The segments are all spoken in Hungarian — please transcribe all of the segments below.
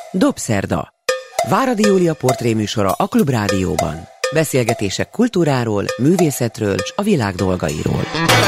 Dobszerda. Váradi Júlia portréműsora a Klubrádióban. Beszélgetések kultúráról, művészetről és a világ dolgairól.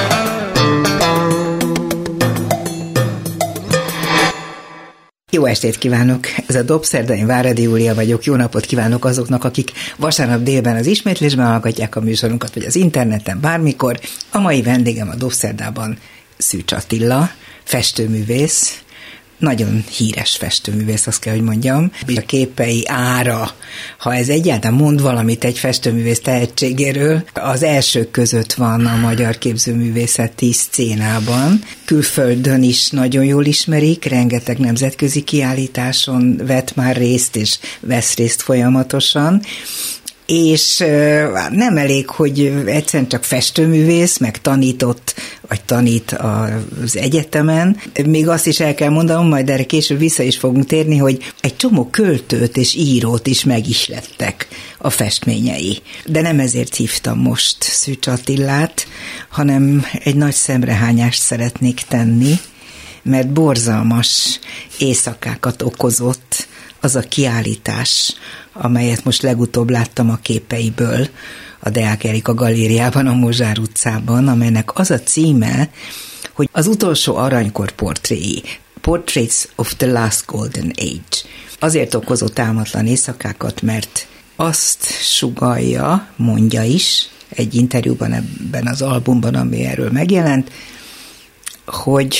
Jó estét kívánok! Ez a Dobszerda, én Váradi Júlia vagyok. Jó napot kívánok azoknak, akik vasárnap délben az ismétlésben hallgatják a műsorunkat, vagy az interneten bármikor. A mai vendégem a Dobszerdában Szűcs Attila, festőművész, nagyon híres festőművész, azt kell, hogy mondjam. A képei ára, ha ez egyáltalán mond valamit egy festőművész tehetségéről, az elsők között van a magyar képzőművészeti szcénában. Külföldön is nagyon jól ismerik, rengeteg nemzetközi kiállításon vett már részt, és vesz részt folyamatosan. És nem elég, hogy egyszerűen csak festőművész, meg tanított, vagy tanít az egyetemen. Még azt is el kell mondanom, majd erre később vissza is fogunk térni, hogy egy csomó költőt és írót is megislettek a festményei. De nem ezért hívtam most Szűcs Attilát, hanem egy nagy szemrehányást szeretnék tenni, mert borzalmas éjszakákat okozott az a kiállítás, amelyet most legutóbb láttam a képeiből a Deák Erika galériában, a Mozsár utcában, amelynek az a címe, hogy az utolsó aranykor portréi, Portraits of the Last Golden Age. Azért okozott álmatlan éjszakákat, mert azt sugallja, mondja is, egy interjúban ebben az albumban, ami erről megjelent, hogy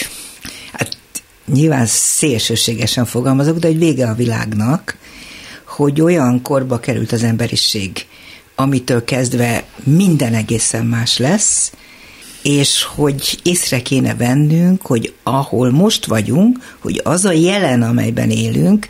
nyilván szélsőségesen fogalmazok, de hogy vége a világnak, hogy olyan korba került az emberiség, amitől kezdve minden egészen más lesz, és hogy észre kéne vennünk, hogy ahol most vagyunk, hogy az a jelen, amelyben élünk,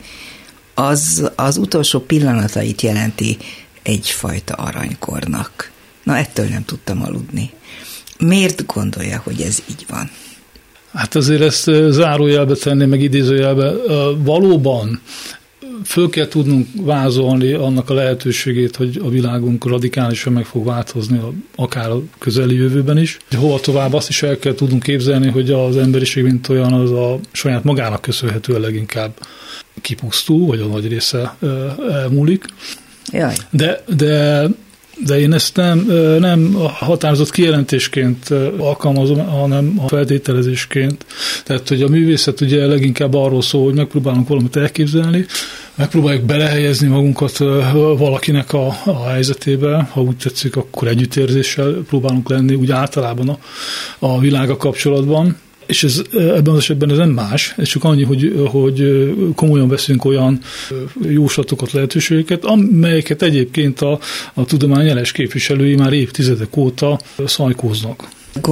az utolsó pillanatait jelenti egyfajta aranykornak. Na, ettől nem tudtam aludni. Miért gondolja, hogy ez így van? Hát azért ezt zárójelbe tenni, meg idézőjelbe. Valóban föl kell tudnunk vázolni annak a lehetőségét, hogy a világunk radikálisan meg fog változni, akár a közeli jövőben is. Hova tovább azt is el kell tudnunk képzelni, hogy az emberiség mint olyan az a saját magának köszönhetően leginkább kipusztul, vagy a nagy része elmúlik. Jaj. De én ezt nem határozott kijelentésként alkalmazom, hanem a feltételezésként. Tehát, hogy a művészet ugye leginkább arról szól, hogy megpróbálunk valamit elképzelni, megpróbáljuk belehelyezni magunkat valakinek a helyzetébe, ha úgy tetszik, akkor együttérzéssel próbálunk lenni, úgy általában a világgal kapcsolatban. És ebben az esetben ez nem más, ez csak annyi, hogy komolyan veszünk olyan jóslatokat, lehetőségeket, amelyeket egyébként a tudomány jeles képviselői már évtizedek óta szajkóznak.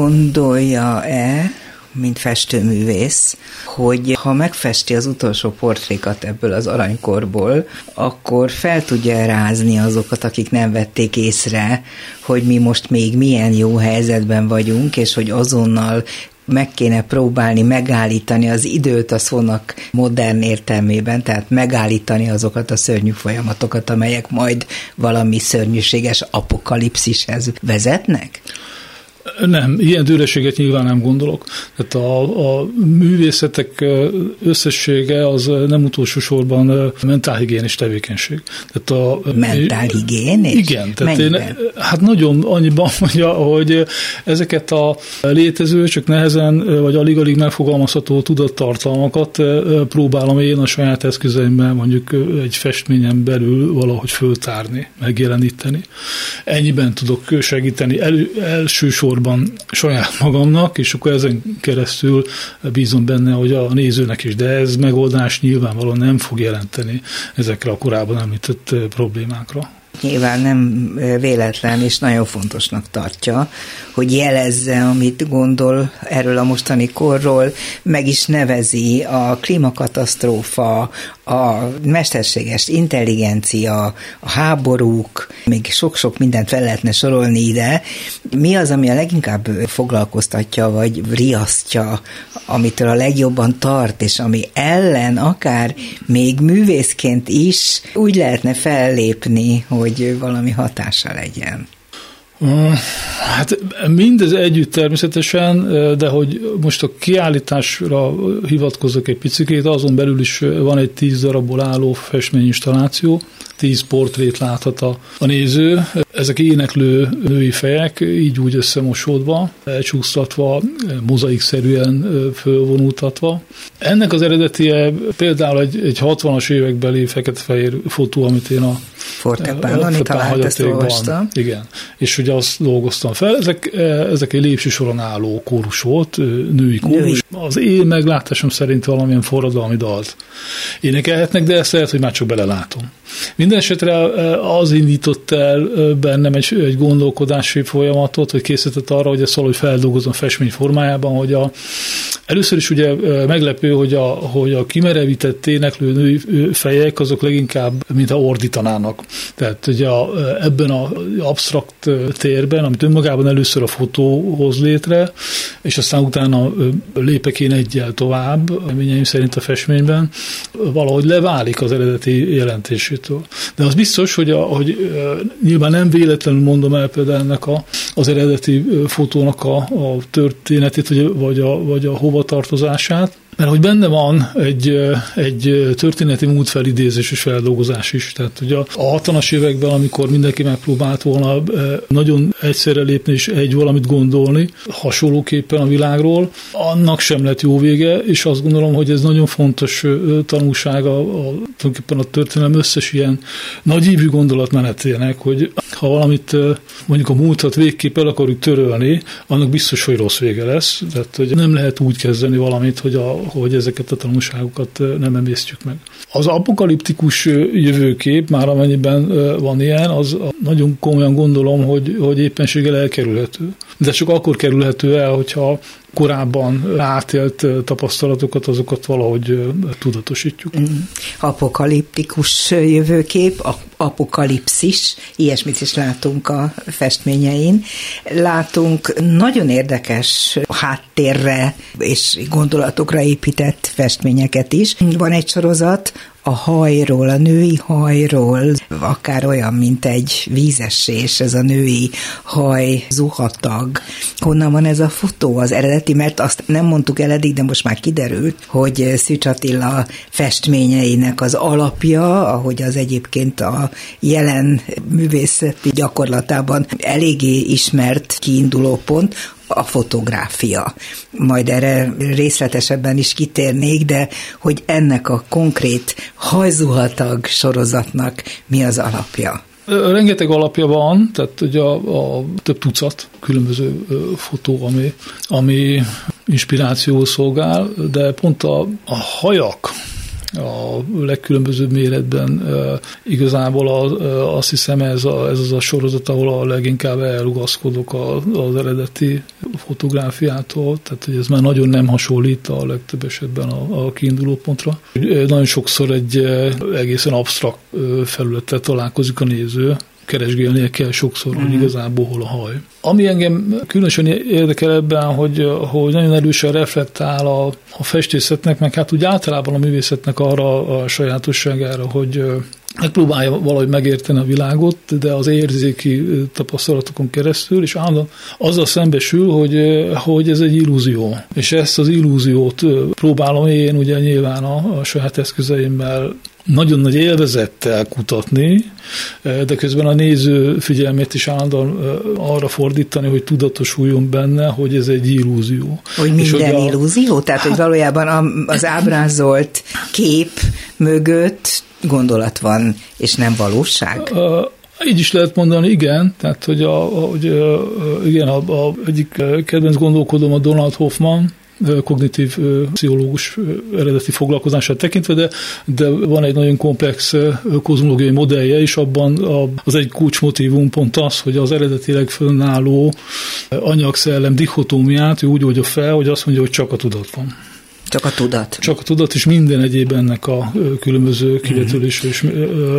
Gondolja-e, mint festőművész, hogy ha megfesti az utolsó portrékat ebből az aranykorból, akkor fel tudja rázni azokat, akik nem vették észre, hogy mi most még milyen jó helyzetben vagyunk, és hogy azonnal meg kéne próbálni megállítani az időt a szónak modern értelmében, tehát megállítani azokat a szörnyű folyamatokat, amelyek majd valami szörnyűséges apokalipszishez vezetnek? Nem, ilyen dőleséget nyilván nem gondolok. Tehát a művészetek összessége az nem utolsó sorban mentálhigiénis tevékenység. Tehát mentálhigiénis? Igen. Tehát hát nagyon annyiban mondja, hogy ezeket a létező, csak nehezen, vagy alig-alig megfogalmazható tudattartalmakat próbálom én a saját eszközeimmel mondjuk egy festményen belül valahogy föltárni, megjeleníteni. Ennyiben tudok segíteni elsősorban saját magamnak, és akkor ezen keresztül bízom benne, hogy a nézőnek is, de ez megoldás nyilvánvalóan nem fog jelenteni ezekre a korábban említett problémákra. Nyilván nem véletlen, és nagyon fontosnak tartja, hogy jelezze, amit gondol erről a mostani korról, meg is nevezi a klímakatasztrófa, a mesterséges intelligencia, a háborúk, még sok-sok mindent fel lehetne sorolni ide. Mi az, ami a leginkább foglalkoztatja, vagy riasztja, amitől a legjobban tart, és ami ellen akár még művészként is úgy lehetne fellépni, hogy valami hatása legyen? Hát mindez együtt természetesen, de hogy most a kiállításra hivatkozok egy picikét, azon belül is van egy 10 darabból álló festményinstalláció, 10 portrét láthat a néző. Ezek éneklő női fejek, így úgy összemosódva, elcsúsztatva, mozaikszerűen fölvonultatva. Ennek az eredetie például egy 60-as évekbeli fekete-fehér fotó, amit én a Fortepánon talált, ezt olvastam. Igen, és ugye azt dolgoztam fel. Ezek egy lépcsősoron álló kórus volt, női kórus. Az én meglátásom szerint valamilyen forradalmi dalt énekelhetnek, de ezt lehet, hogy már csak belelátom. Minden esetre az indított el bennem egy gondolkodási folyamatot, hogy készített arra, hogy ezt valahogy feldolgozom festmény formájában, hogy először is ugye meglepő, hogy a kimerevített éneklő női fejek azok leginkább, mintha ordítanának. Tehát ugye ebben az absztrakt térben, amit önmagában először a fotó hoz létre, és aztán utána lépek én egyel tovább, reményeim szerint a festményben, valahogy leválik az eredeti jelentésétől. De az biztos, hogy nyilván nem véletlenül mondom el például ennek az eredeti fotónak a történetét, vagy a hovatartozását, mert hogy benne van egy történeti múltfelidézés és feldolgozás is. Tehát ugye a 60-as években, amikor mindenki megpróbált volna nagyon egyszerre lépni és valamit gondolni, hasonlóképpen a világról, annak sem lett jó vége, és azt gondolom, hogy ez nagyon fontos tanulsága tulajdonképpen a történelem összes ilyen nagyívű gondolatmenetének, hogy ha valamit mondjuk a múltat végképp el akarjuk törölni, annak biztos, hogy rossz vége lesz. Tehát hogy nem lehet úgy kezdeni valamit, hogy ezeket a tanulságokat nem emésztjük meg. Az apokaliptikus jövőkép, már amennyiben van ilyen, az nagyon komolyan gondolom, hogy éppenséggel elkerülhető. De csak akkor kerülhető el, hogyha korábban átélt tapasztalatokat, azokat valahogy tudatosítjuk. Apokaliptikus jövőkép, apokalipszis, ilyesmit is látunk a festményein. Látunk nagyon érdekes háttérre és gondolatokra épített festményeket is. Van egy sorozat a hajról, a női hajról, akár olyan, mint egy vízesés, ez a női haj zuhatag. Honnan van ez a fotó, az eredeti, mert azt nem mondtuk el eddig, de most már kiderült, hogy Szűcs Attila festményeinek az alapja, ahogy az egyébként a jelen művészeti gyakorlatában eléggé ismert kiinduló pont, a fotográfia. Majd erre részletesebben is kitérnék, de hogy ennek a konkrét hajzuhatag sorozatnak mi az alapja? Rengeteg alapja van, tehát ugye a több tucat különböző fotó, ami inspirációul szolgál, de pont a hajak a legkülönbözőbb méretben igazából azt hiszem ez az a sorozat, ahol a leginkább elrugaszkodok az eredeti fotográfiától, tehát hogy ez már nagyon nem hasonlít a legtöbb esetben a kiinduló pontra. Nagyon sokszor egy egészen absztrakt felülettel találkozik a néző, keresgélnie kell sokszor, hogy igazából hol a haj. Ami engem különösen érdekel ebben, hogy nagyon erősen reflektál a festészetnek, meg hát úgy általában a művészetnek arra a sajátosságára, hogy megpróbálja valahogy megérteni a világot, de az érzéki tapasztalatokon keresztül, és állandóan azzal szembesül, hogy ez egy illúzió. És ezt az illúziót próbálom én ugye nyilván a saját eszközeimmel nagyon nagy élvezettel kutatni, de közben a néző figyelmét is állandóan arra fordítani, hogy tudatosuljon benne, hogy ez egy illúzió. Hogy minden illúzió? Tehát, hogy valójában az ábrázolt kép mögött gondolat van, és nem valóság? Így is lehet mondani, igen. Tehát, hogy igen, egyik kedvenc gondolkodom a Donald Hoffman, kognitív pszichológus eredeti foglalkozását tekintve, de van egy nagyon komplex kozmológiai modellje is, abban az egy kulcsmotívum pont az, hogy az eredetileg fönnálló anyag-szellem dichotómiát ő úgy oldja fel, hogy azt mondja, hogy csak a tudat van. Csak a tudat. Csak a tudat, és minden egyéb ennek a különböző kivetülésre. És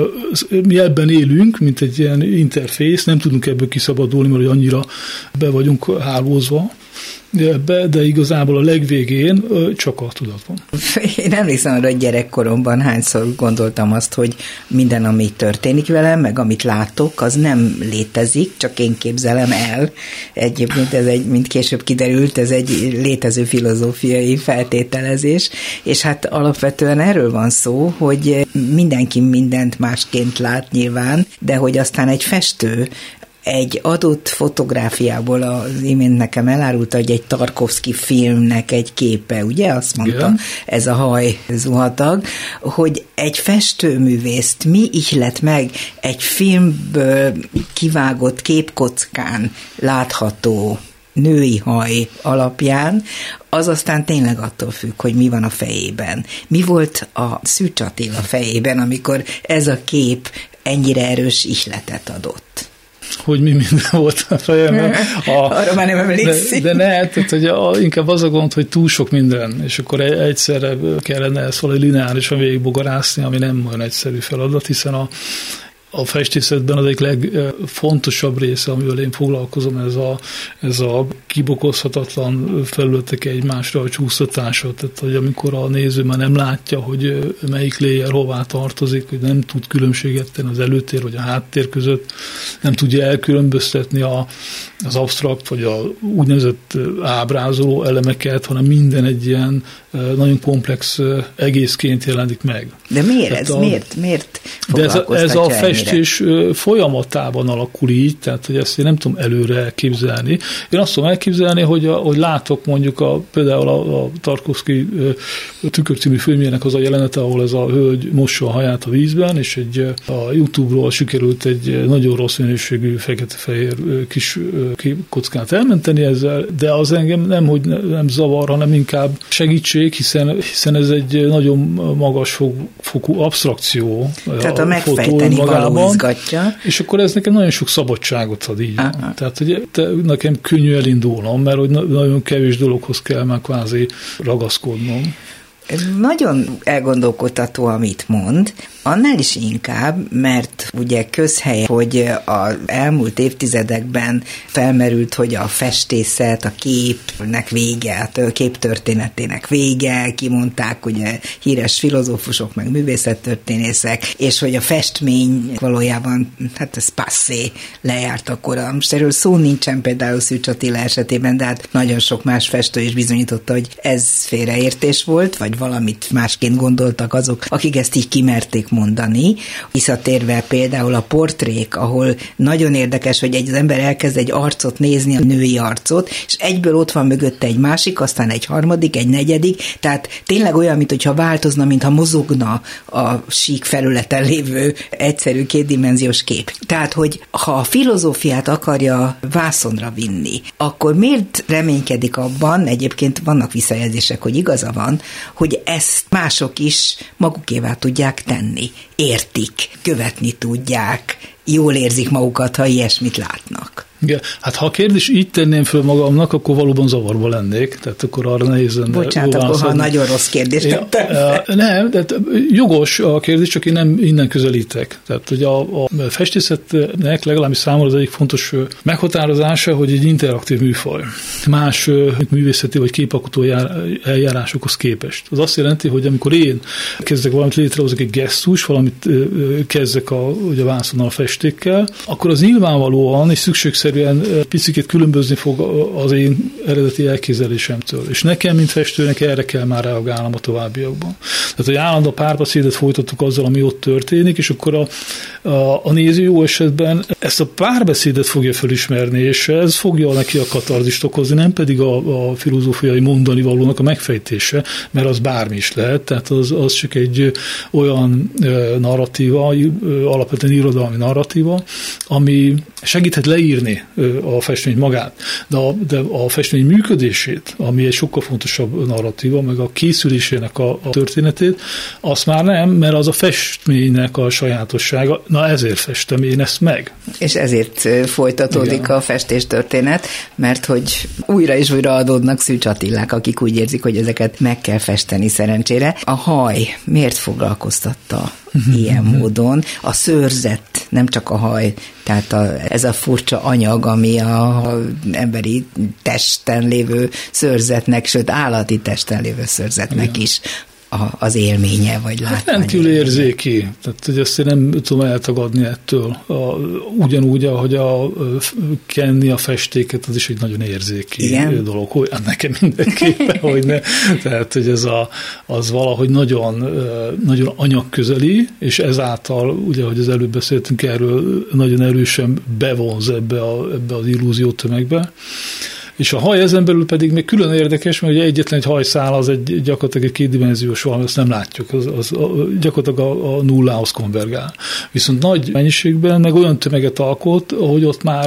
mi ebben élünk, mint egy ilyen interfész, nem tudunk ebből kiszabadulni, mert annyira be vagyunk hálózva. ebbe, de igazából a legvégén csak a tudat van. Én emlékszem arra, hogy gyerekkoromban hányszor gondoltam azt, hogy minden, ami történik velem, meg amit látok, az nem létezik, csak én képzelem el. Egyébként ez mint később kiderült, ez egy létező filozófiai feltételezés, és hát alapvetően erről van szó, hogy mindenki mindent másként lát nyilván, de hogy aztán egy festő egy adott fotográfiából az imént nekem elárulta, hogy egy Tarkovszky filmnek egy képe, ugye? Azt mondta, igen. Ez a haj zuhatag, hogy egy festőművészt mi ihlet meg egy filmből kivágott képkockán látható női haj alapján, az aztán tényleg attól függ, hogy mi van a fejében. Mi volt a Szűcs Attila fejében, amikor ez a kép ennyire erős ihletet adott? Hogy mi minden volt a fejemben. Arra már nem emlékszik. De ne, tehát, hogy inkább az a gond, hogy túl sok minden, és akkor egyszerre kellene ezt valahogy lineárisan végigbogarászni, ami nem olyan egyszerű feladat, hiszen a festészetben az egyik legfontosabb része, amivel én foglalkozom, ez a kibokozhatatlan felületek egymásra csúsztatása. Tehát, hogy amikor a néző már nem látja, hogy melyik layer hová tartozik, hogy nem tud különbséget tenni az előtér vagy a háttér között, nem tudja elkülönböztetni az absztrakt vagy a úgynevezett ábrázoló elemeket, hanem minden egy ilyen nagyon komplex egészként jelenik meg. De miért miért foglalkoztatja ez a festés folyamatában alakul így, tehát hogy ezt én nem tudom előre elképzelni. Én azt tudom elképzelni, hogy látok mondjuk például a Tarkovszky Tükör című filmjének az a jelenete, ahol ez a hölgy mossa a haját a vízben, és a YouTube-ról sikerült egy nagyon rossz minőségű fekete-fehér kis kockát elmenteni ezzel, de az engem nem zavar, hanem inkább segítség, hiszen ez egy nagyon magas fokú absztrakció. Tehát a megfejteni való izgatja. És akkor ez nekem nagyon sok szabadságot ad így. Tehát, hogy nekem könnyű elindulnom, mert hogy nagyon kevés dologhoz kell már kvázi ragaszkodnom. Nagyon elgondolkodtató, amit mond, annál is inkább, mert ugye közhely, hogy az elmúlt évtizedekben felmerült, hogy a festészet, a képnek vége, a képtörténetének vége, kimondták ugye híres filozófusok, meg művészettörténészek, és hogy a festmény valójában, hát ez passé, lejárt a kora. Most erről szó nincsen például Szűcs Attila esetében, de hát nagyon sok más festő is bizonyította, hogy ez félreértés volt, vagy valamit másként gondoltak azok, akik ezt így kimerték mondani. Visszatérve például a portrék, ahol nagyon érdekes, hogy az ember elkezd egy arcot nézni, a női arcot, és egyből ott van mögötte egy másik, aztán egy harmadik, egy negyedik, tehát tényleg olyan, mintha változna, mintha mozogna a sík felületen lévő egyszerű kétdimenziós kép. Tehát, hogy ha a filozófiát akarja vászonra vinni, akkor miért reménykedik abban, egyébként vannak visszajelzések, hogy igaza van, hogy ezt mások is magukévá tudják tenni, értik, követni tudják, jól érzik magukat, ha ilyesmit látnak. Igen, hát ha a kérdés így tenném föl magamnak, akkor valóban zavarba lennék, tehát akkor arra nehéz lenne. Bocsánat, akkor ha nagyon rossz kérdést tettem. Nem, tehát jogos a kérdés, csak én nem innen közelítek. Tehát, hogy a festészetnek legalábbis számomra az egyik fontos meghatározása, hogy egy interaktív műfaj. Más művészeti vagy képalkotó eljárásokhoz képest. Az azt jelenti, hogy amikor én kezdek valamit létrehozok egy gesztus, valamit kezdek a vászonnal, a festékkel, akkor az nyilvánvalóan és szükségszerűen picit különbözni fog az én eredeti elképzelésemtől. És nekem, mint festőnek erre kell már reagálnom a továbbiakban. Tehát, hogy állandó párbeszédet folytattuk azzal, ami ott történik, és akkor a néző jó esetben ezt a párbeszédet fogja felismerni, és ez fogja neki a katarzist okozni, nem pedig a filozófiai mondani valónak a megfejtése, mert az bármi is lehet, tehát az csak egy olyan narratíva, alapvetően irodalmi narratíva, ami segíthet leírni a festmény magát, de a festmény működését, ami egy sokkal fontosabb narratíva, meg a készülésének a történetét, azt már nem, mert az a festménynek a sajátossága, na ezért festem én ezt meg. És ezért folytatódik igen. A festéstörténet, mert hogy újra és újra adódnak Szűcs Attilák, akik úgy érzik, hogy ezeket meg kell festeni szerencsére. A haj miért foglalkoztatta ilyen módon? A szőrzet nem csak a haj, tehát ez a furcsa anyag, ami a emberi testen lévő szőrzetnek, sőt állati testen lévő szőrzetnek is az élménye, vagy látvány. Rendkívül érzéki, tehát hogy ezt én nem tudom eltagadni ettől. Ugyanúgy, ahogy kenni a festéket, az is egy nagyon érzéki dolog, hogy nekem mindenképpen, hogy ne. Tehát, hogy az valahogy nagyon, nagyon anyagközeli, és ezáltal, ugye, ahogy az előbb beszéltünk erről, nagyon erősen bevonz ebbe az illúzió tömegbe. És a haj ezen belül pedig még külön érdekes, mert ugye egyetlen egy hajszál az gyakorlatilag egy kétdimenziós valami, azt nem látjuk, az gyakorlatilag a nullához konvergál. Viszont nagy mennyiségben meg olyan tömeget alkot, hogy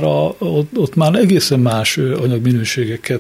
ott már egészen más anyagminőségeket,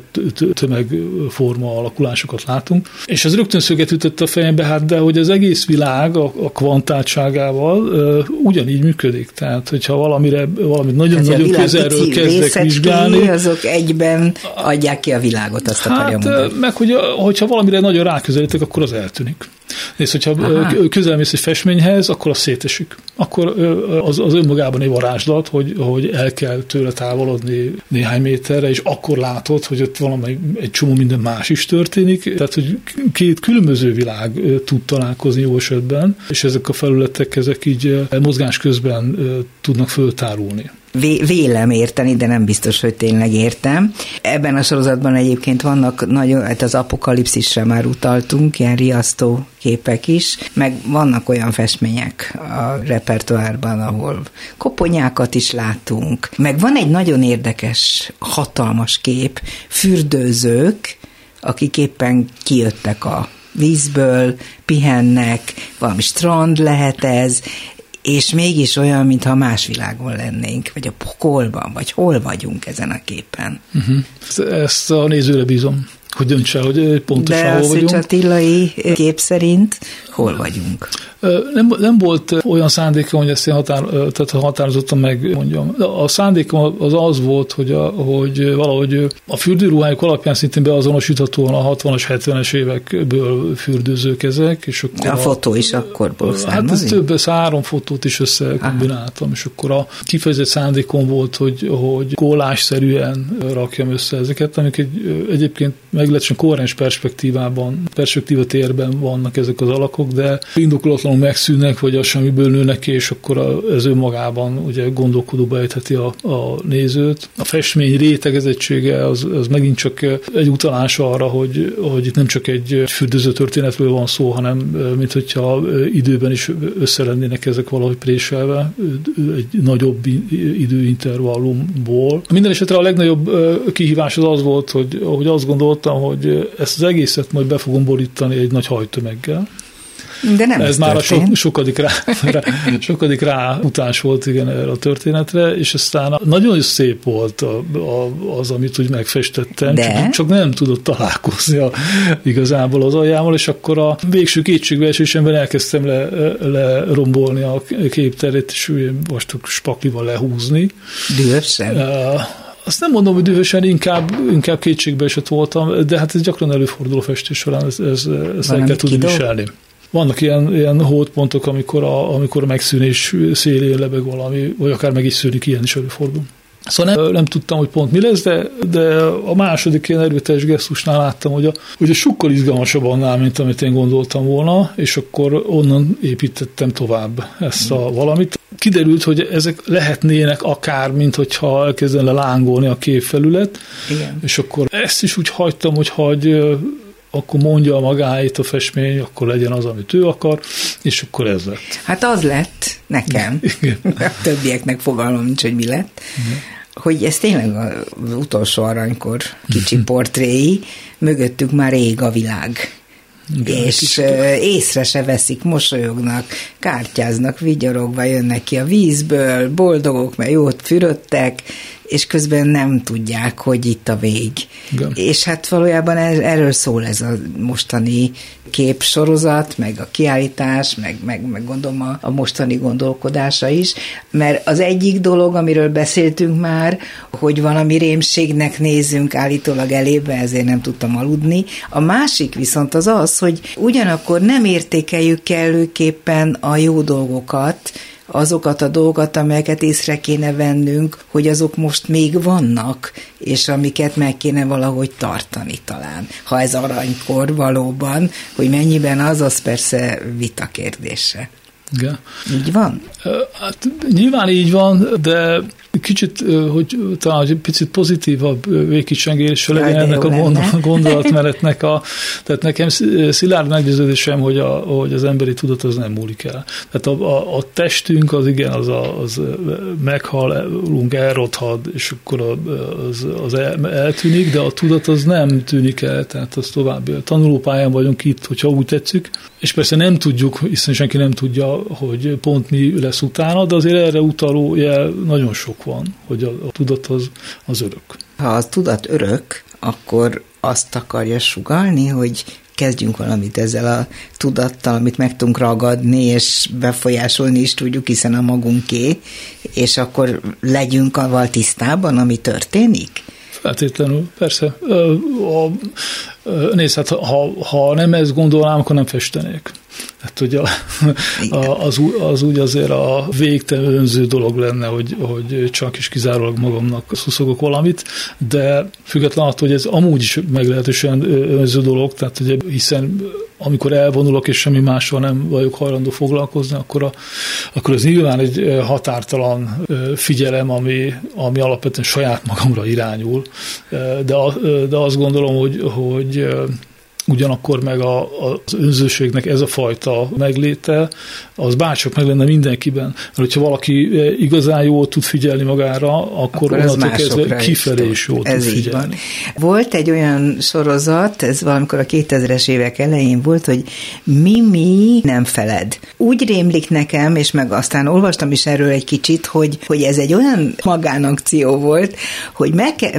tömegforma alakulásokat látunk. És ez rögtön szöget ütött a fejembe, hát de hogy az egész világ a kvantáltságával ugyanígy működik. Tehát, hogyha valamit nagyon-nagyon közelről kezdek vizsgálni, azok egyben adják ki a világot, azt akarja mondani. Meg hogyha valamire nagyon ráközelítek, akkor az eltűnik. Nézd, hogyha közelmész egy festményhez, akkor az szétesik. Akkor az önmagában egy varázslat, hogy el kell tőle távolodni néhány méterre, és akkor látod, hogy ott valami egy csomó minden más is történik. Tehát, hogy két különböző világ tud találkozni jó esetben, és ezek a felületek, ezek így mozgás közben tudnak föltárulni. Vélem érteni, de nem biztos, hogy tényleg értem. Ebben a sorozatban egyébként vannak nagyon, hát az apokalipszisre már utaltunk, ilyen riasztó képek is, meg vannak olyan festmények a repertoárban, ahol koponyákat is látunk, meg van egy nagyon érdekes, hatalmas kép, fürdőzők, akik éppen kijöttek a vízből, pihennek, valami strand lehet ez, és mégis olyan, mintha más világon lennénk, vagy a pokolban, vagy hol vagyunk ezen a képen. Ezt a nézőre bízom, hogy döntse, hogy pontosan hol vagyunk. De a Szűcs Attilai kép szerint hol vagyunk? Nem volt olyan szándékom, hogy ezt én határozottan megmondjam. A szándékom az volt, hogy valahogy a fürdőruhájuk alapján szintén beazonosíthatóan a 60-as, 70-es évekből fürdőzők ezek. És akkor a fotó is akkorból származik? Hát ez 3 fotót is összekombináltam, és akkor a kifejezett szándékom volt, hogy kollázsszerűen rakjam össze ezeket, amik egyébként meglehetősen koherens perspektíva térben vannak ezek az alakok, de indokolatlanul megszűnnek, vagy az semmiből nőnek ki, és akkor ez önmagában ugye gondolkodóba ejtheti a nézőt. A festmény rétegezettsége az megint csak egy utalás arra, hogy itt nem csak egy fürdőző történetről van szó, hanem mint hogyha időben is össze lennének ezek valahogy préselve egy nagyobb időintervallumból. Minden esetre a legnagyobb kihívás az volt, hogy azt gondoltam, hogy ezt az egészet majd be fogom borítani egy nagy hajtömeggel. De nem ez már a sokadik ráutás volt igen erre a történetre, és aztán nagyon szép volt az, amit úgy megfestettem, csak nem tudott találkozni igazából az aljával, és akkor a végső kétségbeesésemben elkezdtem lerombolni a képterét, és vastag spaklival lehúzni. Dühösen? Azt nem mondom, hogy dühösen, inkább kétségbeesett voltam, de hát ez gyakran előfordul a festés során, ezt el kell tudni viselni. Vannak ilyen holdpontok, amikor a megszűnés szélén lebeg valami, vagy akár meg is szűnik, ilyen is előfordul. Szóval nem tudtam, hogy pont mi lesz, de a második ilyen erőteljes gesztusnál láttam, hogy sokkal izgalmasabb annál, mint amit én gondoltam volna, és akkor onnan építettem tovább ezt a valamit. Kiderült, hogy ezek lehetnének akár, mint hogyha elkezdene lángolni a képfelület, igen. És akkor ezt is úgy hagytam, hogy akkor mondja magáét a festmény, akkor legyen az, amit ő akar, és akkor ez lett. Hát az lett nekem. A többieknek fogalmam nincs, hogy mi lett. Igen. Hogy ez tényleg az utolsó aranykor kicsi portréi, mögöttük már ég a világ. Igen, és észre se veszik, mosolyognak, kártyáznak, vigyorogva jönnek ki a vízből, boldogok, mert jót fürödtek, és közben nem tudják, hogy itt a vég. Igen. És hát valójában erről szól ez a mostani képsorozat, meg a kiállítás, meg gondolom a mostani gondolkodása is, mert az egyik dolog, amiről beszéltünk már, hogy valami rémségnek nézzünk állítólag elébe, ezért nem tudtam aludni. A másik viszont az, hogy ugyanakkor nem értékeljük kellőképpen a jó dolgokat, azokat a dolgokat, amelyeket észre kéne vennünk, hogy azok most még vannak, és amiket meg kéne valahogy tartani talán. Ha ez aranykor valóban, hogy mennyiben az persze vita kérdése. Igen. Így van? Hát nyilván így van, de kicsit, hogy talán egy picit pozitívabb végkicsengése legyen ennek a gondolatmenetnek. Tehát nekem szilárd meggyőződésem, hogy az emberi tudat az nem múlik el. Tehát a testünk az igen, az meghalunk, elrothad, és akkor az eltűnik, de a tudat az nem tűnik el, tehát az tovább. Tanulópályán vagyunk itt, hogyha úgy tetszik, és persze nem tudjuk, hiszen senki nem tudja, hogy pont mi lesz utána, de azért erre utaló jel nagyon sok van, hogy a tudat az örök. Ha a tudat örök, akkor azt akarja sugallni, hogy kezdjünk valamit ezzel a tudattal, amit meg tudunk ragadni, és befolyásolni is tudjuk, hiszen a magunké, és akkor legyünk avval tisztában, ami történik? Feltétlenül, persze. Nézd, hát ha nem ezt gondolnám, akkor nem festenék. Hát ugye az úgy azért a végtelen önző dolog lenne, hogy csak is kizárólag magamnak szuszogok valamit, de független attól, hogy ez amúgy is meglehetősen önző dolog, tehát ugye, hiszen amikor elvonulok, és semmi mással nem vagyok hajlandó foglalkozni, akkor ez nyilván egy határtalan figyelem, ami alapvetően saját magamra irányul, de azt gondolom, hogy ugyanakkor meg az önzőségnek ez a fajta megléte, az bárcsak meg lenne mindenkiben. Mert hogyha valaki igazán jól tud figyelni magára, akkor onnantól kezdve kifelé is jól tud figyelni. Volt egy olyan sorozat, ez valamikor a 2000-es évek elején volt, hogy mi nem feled. Úgy rémlik nekem, és meg aztán olvastam is erről egy kicsit, hogy ez egy olyan magánakció volt, hogy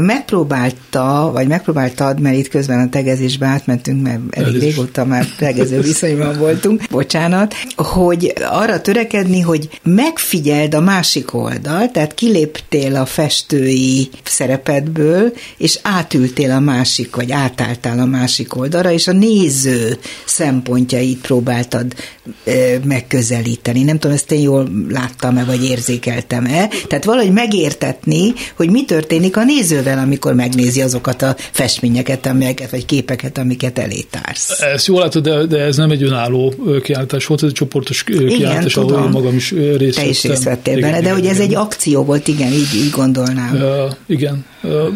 megpróbáltad, mert itt közben a tegezésbe átmentünk, mert elég régóta már tegező viszonyban voltunk, bocsánat, hogy arra törekedni, hogy megfigyeld a másik oldalt, tehát kiléptél a festői szerepedből, és átültél a másik, vagy átálltál a másik oldalra, és a néző szempontjait próbáltad megközelíteni. Nem tudom, ezt én jól láttam-e, vagy érzékeltem-e. Tehát valahogy megértetni, hogy mi történik a nézővel, amikor megnézi azokat a festményeket, vagy képeket, amiket elétársz. Ezt jól látod, de ez nem egy önálló kiállítás volt, ez egy csoportos kiállítás, ahol én magam is részt vettem. Te is részt vettél benne, de hogy ez egy akció volt, igen, így gondolnám. Igen.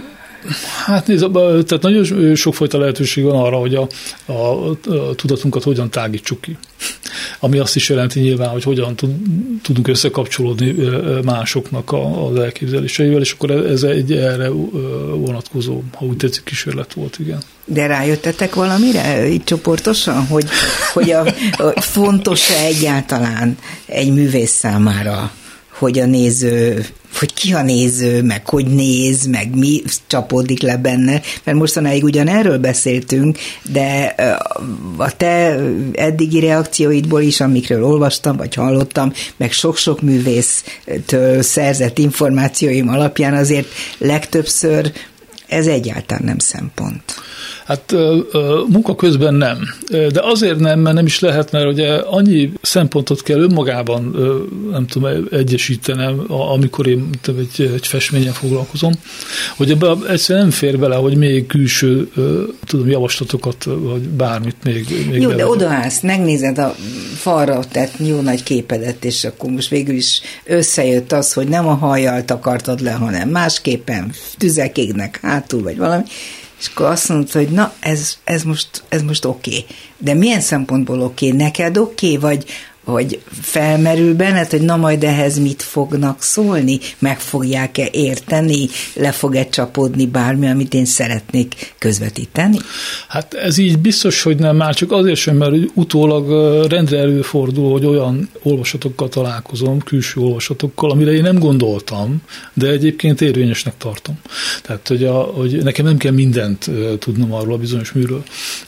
Hát nézd, tehát nagyon sokfajta lehetőség van arra, hogy a tudatunkat hogyan tágítsuk ki. Ami azt is jelenti nyilván, hogy hogyan tudunk összekapcsolódni másoknak az elképzeléseivel, és akkor ez egy erre vonatkozó, ha úgy tetszik, kísérlet volt, igen. De rájöttetek valamire így csoportosan, hogy fontos-e egyáltalán egy művész számára, hogy a néző, hogy ki a néző, meg hogy néz, meg mi csapódik le benne, mert mostanáig ugyan erről beszéltünk, de a te eddigi reakcióidból is, amikről olvastam, vagy hallottam, meg sok-sok művésztől szerzett információim alapján azért legtöbbször ez egyáltalán nem szempont. Hát munka közben nem. De azért nem, mert nem is lehet, mert ugye annyi szempontot kell önmagában, nem tudom, egyesítenem, amikor én egy festményen foglalkozom, hogy ebbe egyszerűen nem fér bele, hogy még külső javaslatokat, vagy bármit még jó, de odaállsz, megnézed a falra tett jó nagy képedet, és akkor most végül is összejött az, hogy nem a hajjal takartad le, hanem másképpen tüzek égnek hátul, vagy valami, és akkor azt mondod, hogy na, ez most oké. De milyen szempontból oké? Neked oké? Vagy felmerül benned, hogy na majd ehhez mit fognak szólni? Meg fogják-e érteni? Le fog-e csapódni bármi, amit én szeretnék közvetíteni? Hát ez így biztos, hogy nem, már csak azért sem, mert utólag rendre előfordul, hogy olyan olvasatokkal találkozom, külső olvasatokkal, amire én nem gondoltam, de egyébként érvényesnek tartom. Tehát, hogy nekem nem kell mindent tudnom arról a bizonyos műről.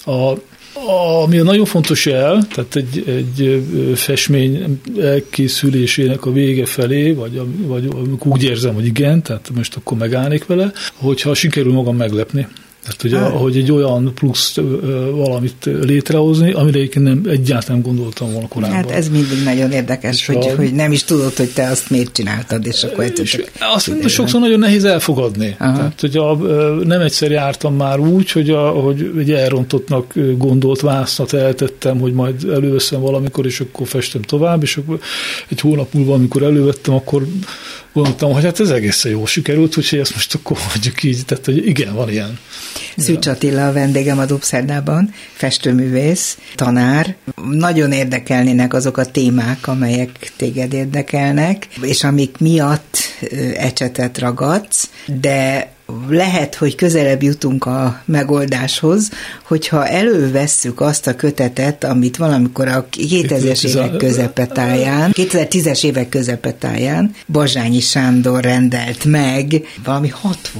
Ami a nagyon fontos jel, tehát egy festmény elkészülésének a vége felé, vagy úgy érzem, hogy igen, tehát most akkor megállnék vele, hogyha sikerül magam meglepni. Tehát, hogy egy olyan plusz valamit létrehozni, amire egyébként egyáltalán gondoltam volna korábban. Hát ez mindig nagyon érdekes, hogy nem is tudod, hogy te azt miért csináltad, és akkor azt sokszor nagyon nehéz elfogadni. Tehát, hogy nem egyszer jártam már úgy, hogy egy elrontottnak gondolt vásznat eltettem, hogy majd előveszem valamikor, és akkor festem tovább, és akkor egy hónap múlva, amikor elővettem, akkor gondoltam, hogy hát ez egészen jól sikerült, úgyhogy ezt most akkor hagyjuk így. Tehát, hogy igen, van ilyen. Szűcs Attila a vendégem a Dobszerdában, festőművész, tanár. Nagyon érdekelnének azok a témák, amelyek téged érdekelnek, és amik miatt ecsetet ragadsz, de lehet, hogy közelebb jutunk a megoldáshoz, hogyha elővesszük azt a kötetet, amit valamikor a 2000-es évek közepetáján, 2010-es évek közepetáján Bazsányi Sándor rendelt meg valami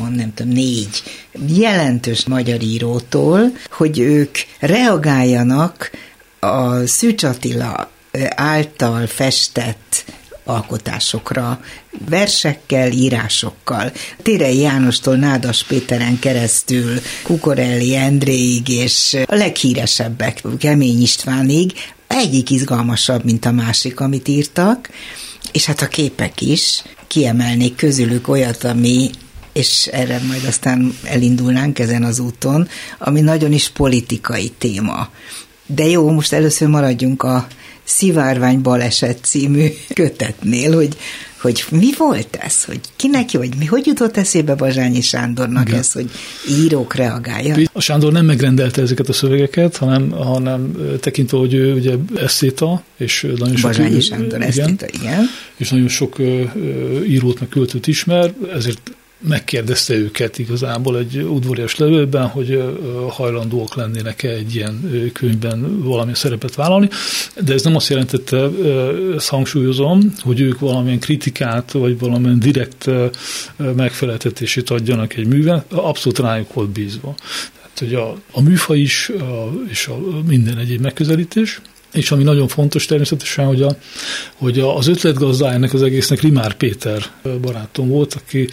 64 jelentős magyar írótól, hogy ők reagáljanak a Szűcs Attila által festett alkotásokra, versekkel, írásokkal. Térei Jánostól Nádas Péteren keresztül, Kukorelli Endréig, és a leghíresebbek, Kemény Istvánig, egyik izgalmasabb, mint a másik, amit írtak, és hát a képek is. Kiemelnék közülük olyat, ami, és erre majd aztán elindulnánk ezen az úton, ami nagyon is politikai téma. De jó, most először maradjunk a Szivárvány baleset című kötetnél, hogy mi volt ez, hogy kinek, vagy mi, hogy jutott eszébe Bazsányi Sándornak ez, hogy írók reagáljanak? A Sándor nem megrendelte ezeket a szövegeket, hanem tekintve, hogy ő ugye eszéta, és nagyon sok... Bazsányi Sándor eszéta, igen. És nagyon sok írót meg költőt ismer, ezért megkérdezte őket igazából egy udvarias levélben, hogy hajlandóak lennének egy ilyen könyvben valamilyen szerepet vállalni, de ez nem azt jelentette, ezt hangsúlyozom, hogy ők valamilyen kritikát, vagy valamilyen direkt megfeleltetését adjanak egy műven, abszolút rájuk volt bízva. Tehát, hogy a műfaj is, és a minden egyéb megközelítés, és ami nagyon fontos természetesen, hogy az ötletgazdája ennek az egésznek Rimár Péter barátom volt,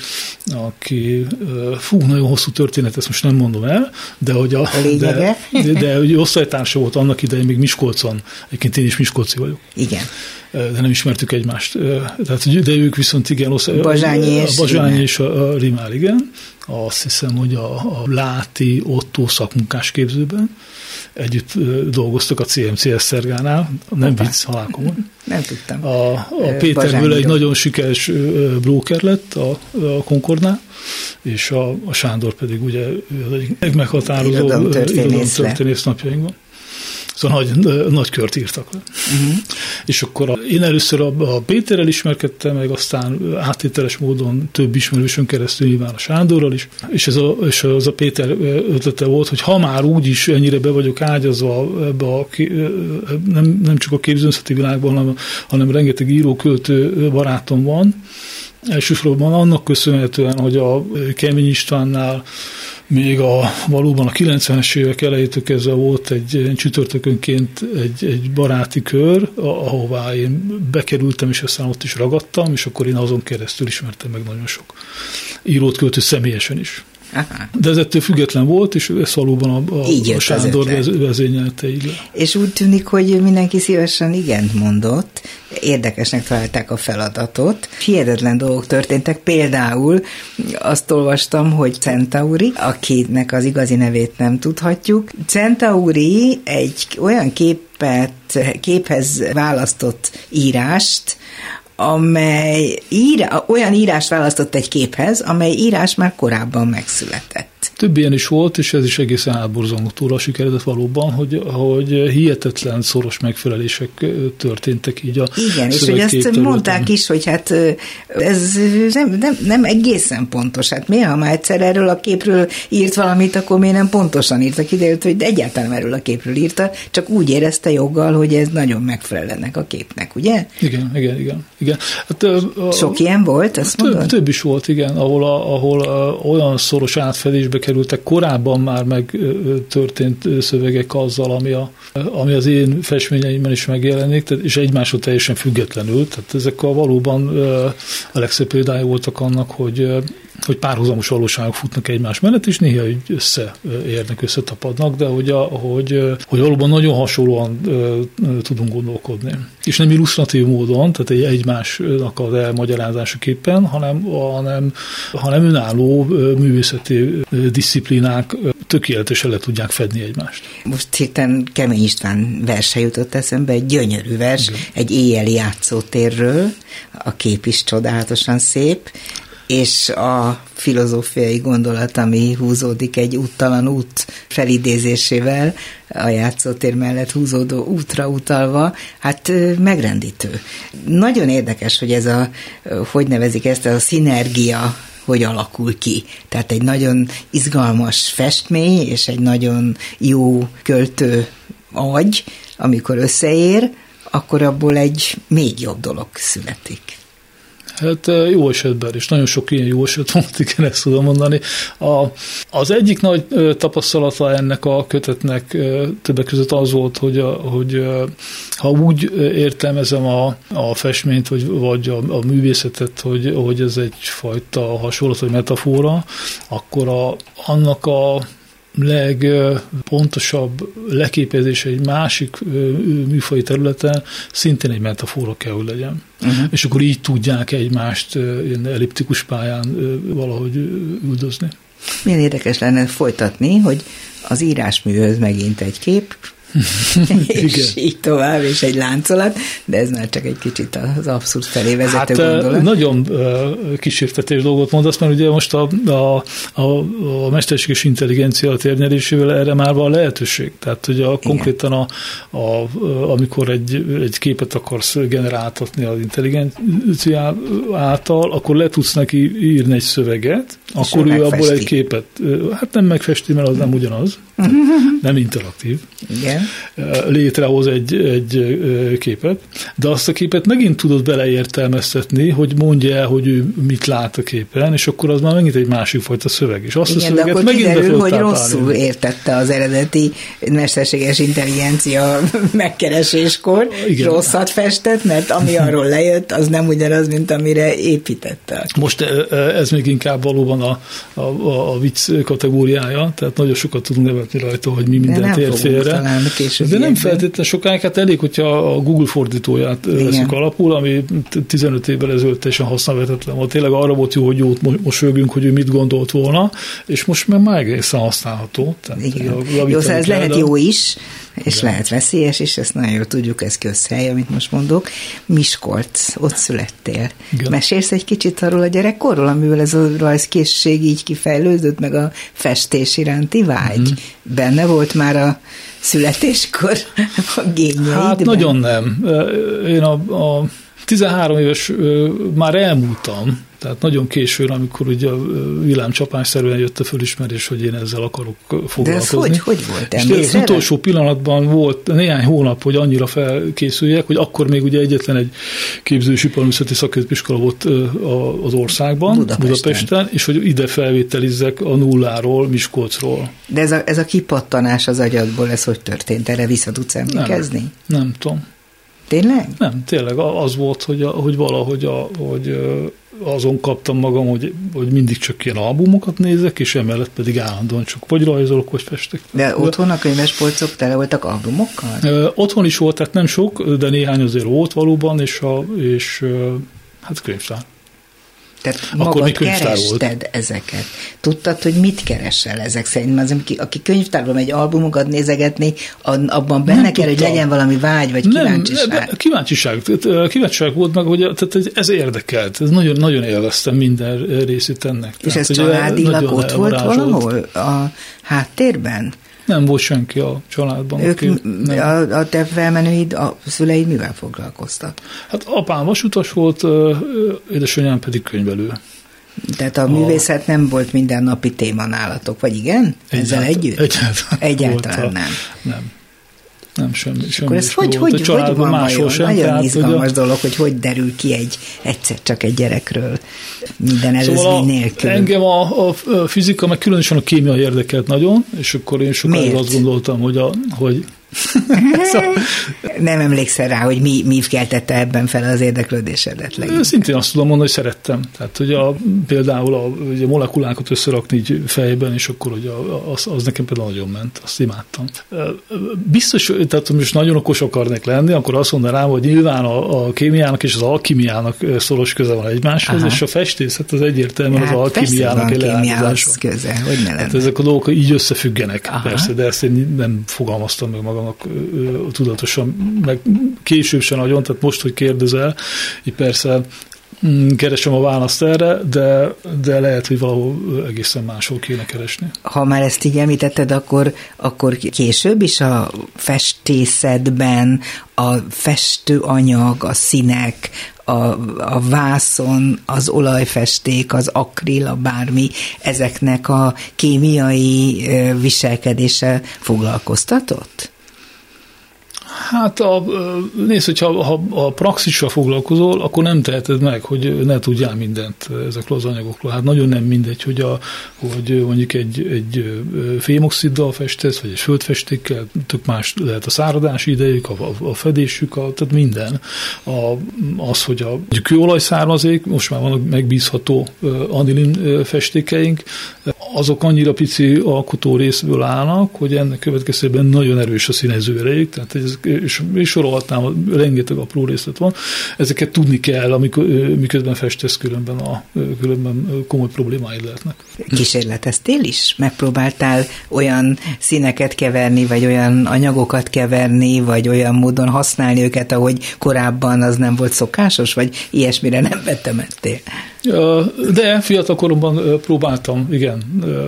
aki nagyon hosszú történet, ezt most nem mondom el, de hogy de hogy osztálytársa volt annak idején még Miskolcon, egyébként én is miskolci vagyok. Igen. De nem ismertük egymást. Tehát, de ők viszont igen, Bazsányi és a Rimár, igen. Azt hiszem, hogy a Láti Ottó szakmunkásképzőben együtt dolgoztak a CMC Esztergánál, nem vicc, halálkomon. Nem tudtam. A Péterből egy nagyon sikeres bróker lett a Concordnál, és a Sándor pedig ugye egy meghatározó irodalomtörténész napjainkban. Szóval nagy kört írtak le. És akkor én először a Péterrel ismerkedtem, meg aztán áttételes módon több ismerősön keresztül nyilván a Sándorral is, és az a Péter ötlete volt, hogy ha már úgyis ennyire be vagyok ágyazva ebbe nem csak a képzőművészeti világban, hanem rengeteg író-költő barátom van, elsősorban annak köszönhetően, hogy a Kemény Istvánnál még valóban a 90-es évek elejétől kezdve volt egy csütörtökönként egy baráti kör, ahová én bekerültem, és aztán ott is ragadtam, és akkor én azon keresztül ismertem meg nagyon sok írót, költő személyesen is. Aha. De ez ettől független volt, és ez valóban a Sándor vezényelte. És úgy tűnik, hogy mindenki szívesen igent mondott, érdekesnek találták a feladatot. Hihetetlen dolgok történtek, például azt olvastam, hogy Centauri, akinek az igazi nevét nem tudhatjuk. Centauri egy olyan képhez választott írást, olyan írást választott egy képhez, amely írás már korábban megszületett. Több ilyen is volt, és ez is egészen átborzongatóra sikeredett valóban, hogy hihetetlen szoros megfelelések történtek így a igen, és hogy azt mondták is, hogy hát ez nem egészen pontos. Hát miért, ha már egyszer erről a képről írt valamit, akkor miért nem pontosan írta? Kiderült, hogy egyáltalán erről a képről írta, csak úgy érezte joggal, hogy ez nagyon megfelel ennek a képnek, ugye? Igen. Hát, sok ilyen volt, azt mondod? Több is volt, igen, ahol olyan szoros átfedésbe kerültek korábban már megtörtént szövegek azzal, ami az én festményeimben is megjelenik, és egymásról teljesen függetlenül. Tehát ezek valóban a legszebb példája voltak annak, hogy hogy párhuzamos valóságok futnak egymás mellett, és néha összeérnek, összetapadnak, de hogy valóban nagyon hasonlóan tudunk gondolkodni. És nem illusztratív módon, tehát egymásnak az elmagyarázásaképpen, hanem önálló művészeti disziplinák tökéletesen le tudják fedni egymást. Most hirtelen Kemény István verse jutott eszembe, egy gyönyörű vers, egy éjjeli játszótérről, a kép is csodálatosan szép, és a filozófiai gondolat, ami húzódik egy úttalan út felidézésével, a játszótér mellett húzódó útra utalva, hát megrendítő. Nagyon érdekes, hogy ez hogy nevezik ezt, a szinergia, hogy alakul ki. Tehát egy nagyon izgalmas festmény, és egy nagyon jó költő agy, amikor összeér, akkor abból egy még jobb dolog születik. Hát jó esetben, és nagyon sok ilyen jó eset volt, igen, ezt tudom mondani. Az egyik nagy tapasztalata ennek a kötetnek többek között az volt, hogy ha úgy értelmezem a festményt, vagy a művészetet, hogy ez egyfajta hasonlat, vagy metafora, akkor annak a legpontosabb leképezése egy másik műfaji területen szintén egy metafora kell, hogy legyen. Uh-huh. És akkor így tudják egymást ilyen elliptikus pályán valahogy üldözni. Milyen érdekes lenne folytatni, hogy az írásműhöz megint egy kép, és így tovább, és egy láncolat, de ez már csak egy kicsit az abszurd felé vezető gondolat. Nagyon kísértetés dolgot mondasz, mert ugye most a mesterséges intelligencia térnyelésével erre már van lehetőség. Tehát ugye konkrétan amikor egy képet akarsz generáltatni az intelligencia által, akkor le tudsz neki írni egy szöveget, és akkor ő abból egy képet, hát nem megfesti, mert az nem ugyanaz, nem interaktív. Igen. Létrehoz egy képet, de azt a képet megint tudod beleértelmeztetni, hogy mondja el, hogy ő mit lát a képen, és akkor az már megint egy másik fajta szöveg. És azt igen, a szöveget de akkor megint kiderül, hogy rosszul értette az eredeti mesterséges intelligencia megkereséskor, igen. Rosszat festett, mert ami arról lejött, az nem ugyanaz, mint amire építette. Most ez még inkább valóban a vicc kategóriája, tehát nagyon sokat tudunk nevetni rajta, hogy mi mindent ért félre. De nem feltétlenül sokáig, hát elég, hogyha a Google fordítóját veszük alapul, ami 15 évvel ezelőtt teljesen használhatatlan volt. Tényleg arra volt jó, hogy jót mosolygunk, hogy ő mit gondolt volna, és most már egészen használható. Jó, szóval ez lehet jó is, és igen. Lehet veszélyes is, ezt nagyon jól tudjuk, ez közhely, amit most mondok. Miskolc, ott születtél. Igen. Mesélsz egy kicsit arról a gyerekkorról, amivel ez a rajzkészség így kifejlődött, meg a festés iránti vágy? Benne volt már a születéskor a génjeidben? Hát nagyon nem. Én a 13 éves már elmúltam, tehát nagyon későn, amikor ugye a villámcsapásszerűen jött a fölismerés, hogy én ezzel akarok foglalkozni. De ez hogy volt? És az utolsó pillanatban volt néhány hónap, hogy annyira felkészüljek, hogy akkor még ugye egyetlen egy képzős iparművészeti szakközépiskola volt az országban, Budapesten, és hogy ide felvételizzek a nulláról, Miskolcról. De ez a kipattanás az agyadból, ez hogy történt? Erre vissza tudsz emlékezni? Nem tudom. Tényleg? Nem, tényleg az volt, hogy valahogy azon kaptam magam, hogy mindig csak ilyen albumokat nézek, és emellett pedig állandóan csak vagy rajzolok, vagy festek. De otthon a könyvespolcok tele voltak albumokkal? Otthon is volt, tehát nem sok, de néhány azért volt valóban, és hát könyvtár. Tehát magad kerested ezeket. Tudtad, hogy mit keresel ezek szerint? Az, aki könyvtárban megy albumokat nézegetni, abban benne kell, hogy legyen valami vágy, vagy kíváncsiság. Kíváncsiság volt meg, hogy tehát ez érdekelt. Ez nagyon, nagyon élveztem minden részét ennek. És ez családilag ott volt valahol a háttérben? Nem volt senki a családban. A te felmenőid, a szüleid mivel foglalkoztak? Hát apám vasutas volt, édesanyám pedig könyvelő. Tehát a művészet nem volt mindennapi téma nálatok, vagy igen? Ezzel együtt? Egyáltalán nem. Nem, semmi. Akkor ez hogy van vajon? Nagyon izgalmas dolog, hogy derül ki egyszer csak egy gyerekről minden előzmény nélkül. Engem a fizika, meg különösen a kémia érdekelt nagyon, és akkor én sokáig azt gondoltam, hogy Nem emlékszel rá, hogy mi keltette ebben fel az érdeklődésedet leginkább? Szintén azt tudom mondani, hogy szerettem. Tehát, hogy például a molekulákat összerakni így fejben, és akkor hogy az nekem például nagyon ment. Azt imádtam. Biztos, tehát most nagyon okos akarnék lenni, akkor azt mondanám, hogy nyilván a kémiának és az alkimiának szoros köze van egymáshoz, és a festészet az egyértelműen az alkimiának egy leállása. Hát ezek a dolgok így összefüggenek, persze, de ezt én nem fogalmaztam meg magamnak tudatosan, meg később sem nagyon, tehát most, hogy kérdezel, így persze keresem a választ erre, de lehet, hogy valahol egészen máshol kéne keresni. Ha már ezt így említetted, akkor később is a festészetben a festőanyag, a színek, a vászon, az olajfesték, az akril, a bármi, ezeknek a kémiai viselkedése foglalkoztatott? Hát nézd, hogyha a praxissal foglalkozol, akkor nem teheted meg, hogy ne tudjál mindent ezekről az anyagokról. Hát nagyon nem mindegy, hogy mondjuk egy fémoxiddal festesz, vagy egy földfestékkel, tök más lehet a száradási idejük, a fedésük, tehát minden. Az, hogy a kőolajszármazék, most már vannak megbízható anilin festékeink, azok annyira pici alkotó részből állnak, hogy ennek következtében nagyon erős a színező erejük, tehát és sorolhatnám, rengeteg apró részlet van. Ezeket tudni kell, miközben festesz, különben komoly problémáid lehetnek. Kísérleteztél is? Megpróbáltál olyan színeket keverni, vagy olyan anyagokat keverni, vagy olyan módon használni őket, ahogy korábban az nem volt szokásos, vagy ilyesmire nem vetemettél? De fiatal koromban próbáltam, igen,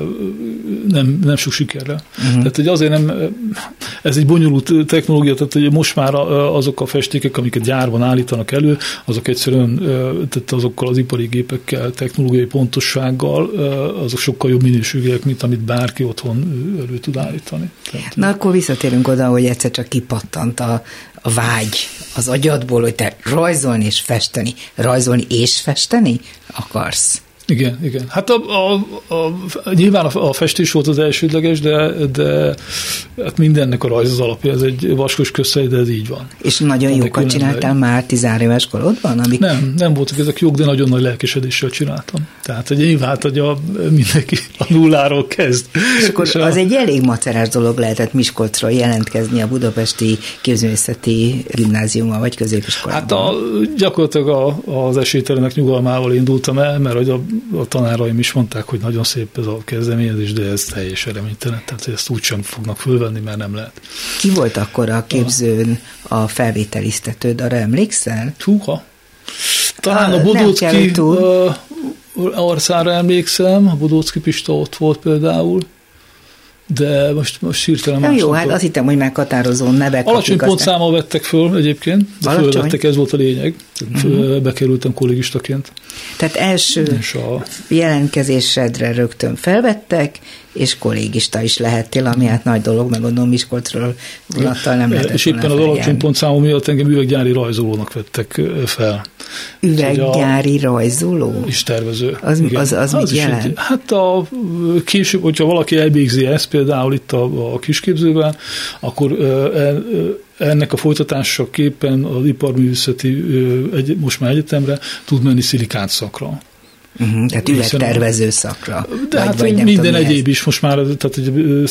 nem sok sikerrel. Tehát, hogy azért nem, ez egy bonyolult technológia, tehát hogy most már azok a festékek, amiket gyárban állítanak elő, azok egyszerűen, tehát azokkal az ipari gépekkel, technológiai pontossággal, azok sokkal jobb minőségűek, mint amit bárki otthon elő tud állítani. Tehát, na akkor visszatérünk oda, hogy egyszer csak kipattant a vágy az agyadból, hogy te rajzolni és festeni akarsz. Igen. Hát nyilván a festés volt az elsődleges, de hát mindennek a rajz az alapja, ez egy vaskos közhely, de ez így van. És nagyon jókat csináltál már 10 éves korodban? Nem voltak ezek jók, de nagyon nagy lelkesedéssel csináltam. Tehát, hogy nyilván, hogy mindenki a nulláról kezd. És akkor az egy elég macerás dolog lehetett Miskolcról jelentkezni a Budapesti Képzőművészeti Gimnáziumban vagy középiskolában. Hát gyakorlatilag az esélytelenek nyugalmával indultam el, mert a tanáraim is mondták, hogy nagyon szép ez a kezdeményezés, de ez teljesen reménytelen, tehát ezt úgysem fognak fölvenni, mert nem lehet. Ki volt akkor a képzőn a felvételiztetőd, arra emlékszel? Húha! Talán a Bodóczki arcára emlékszem, a Bodóczki Pista ott volt például, de most hirtelen más. Jó, hát azt hittem, hogy meghatározó nevek. Alacsony pontszámmal vettek föl egyébként, de fölvettek, ez volt a lényeg. Bekerültem kollégistaként. Tehát első jelentkezésedre rögtön felvettek, és kollégista is lehettél, ami hát nagy dolog, meg gondolom Miskolcról vonattal nem lehetett. És éppen az alacsony pontszámom miatt engem üveggyári rajzolónak vettek fel. Üveggyári rajzoló? És tervező. Az mit jelent? Hát később, hogyha valaki elvégzi ezt, például itt a kisképzőben, akkor ennek a folytatásaképpen az iparművészeti most már egyetemre tud menni szilikát szakra. Tehát üvegtervező szakra. De hát minden egyéb is most már, tehát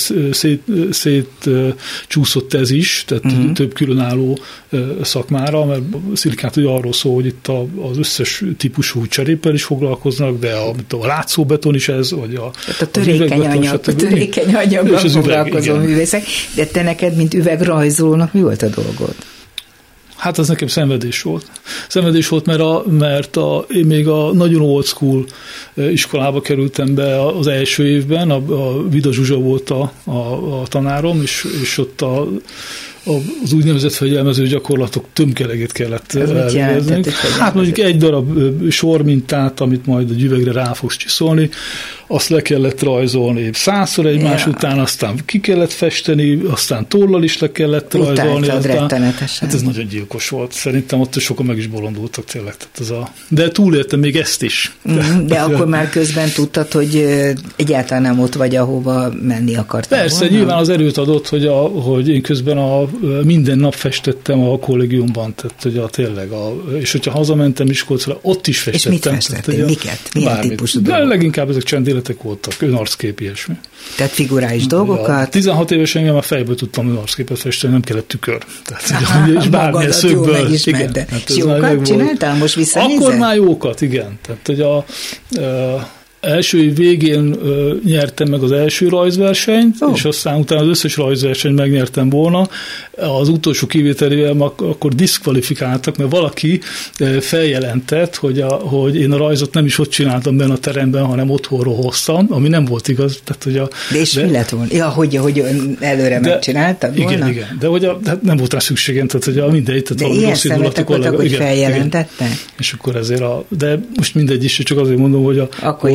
szétcsúszott ez is, tehát több különálló szakmára, mert szilikát ugye arról szól, hogy itt az összes típusú cserépel is foglalkoznak, de a látszóbeton is ez, vagy a törékeny anyaggal foglalkozó művészek. De te neked, mint üvegrajzolónak mi volt a dolgod? Hát az nekem szenvedés volt. Szenvedés volt, mert én még a nagyon old school iskolába kerültem be az első évben, a Vida Zsuzsa volt a tanárom, és ott az úgynevezett fegyelmező gyakorlatok tömkelegét kellett elvégezni. Hát mondjuk egy darab sormintát, amit majd a üvegre rá fogsz csiszolni, azt le kellett rajzolni 100-szor egymás után, aztán ki kellett festeni, aztán tollal is le kellett rajzolni. Hát ez nagyon gyilkos volt. Szerintem ott sokan meg is bolondultak tényleg. De túléltem még ezt is. De akkor már közben tudtad, hogy egyáltalán nem ott vagy, ahova menni akartál. Persze, volna? nyilván az erőt adott, hogy én közben minden nap festettem a kollégiumban, tehát hogy tényleg, és hogyha hazamentem Miskolcra, ott is festettem. És mit festettél? Miket? Milyen típusú dolgok? De leginkább ezek csendéletek voltak, önarckép, ilyesmi. Tehát figurális dolgokat? 16 évesen már fejből tudtam önarcképet festeni, nem kellett tükör. Tehát, és bármilyen szögből. Igen, és jókat csináltál? Most visszanézel? Akkor már jókat, igen. Tehát, hogy első év végén nyertem meg az első rajzversenyt, és aztán utána az összes rajzversenyt megnyertem volna. Az utolsó kivételével akkor diszkvalifikáltak, mert valaki feljelentett, hogy én a rajzot nem is ott csináltam benne a teremben, hanem otthonról hoztam, ami nem volt igaz. Tehát, mi lett volna? Ja, hogy előre megcsináltad volna? Igen. De nem volt rá szükségem, tehát mindegy. De ilyen szemetek voltak, hogy feljelentette? És akkor ezért de most mindegy is, csak azért mondom, hogy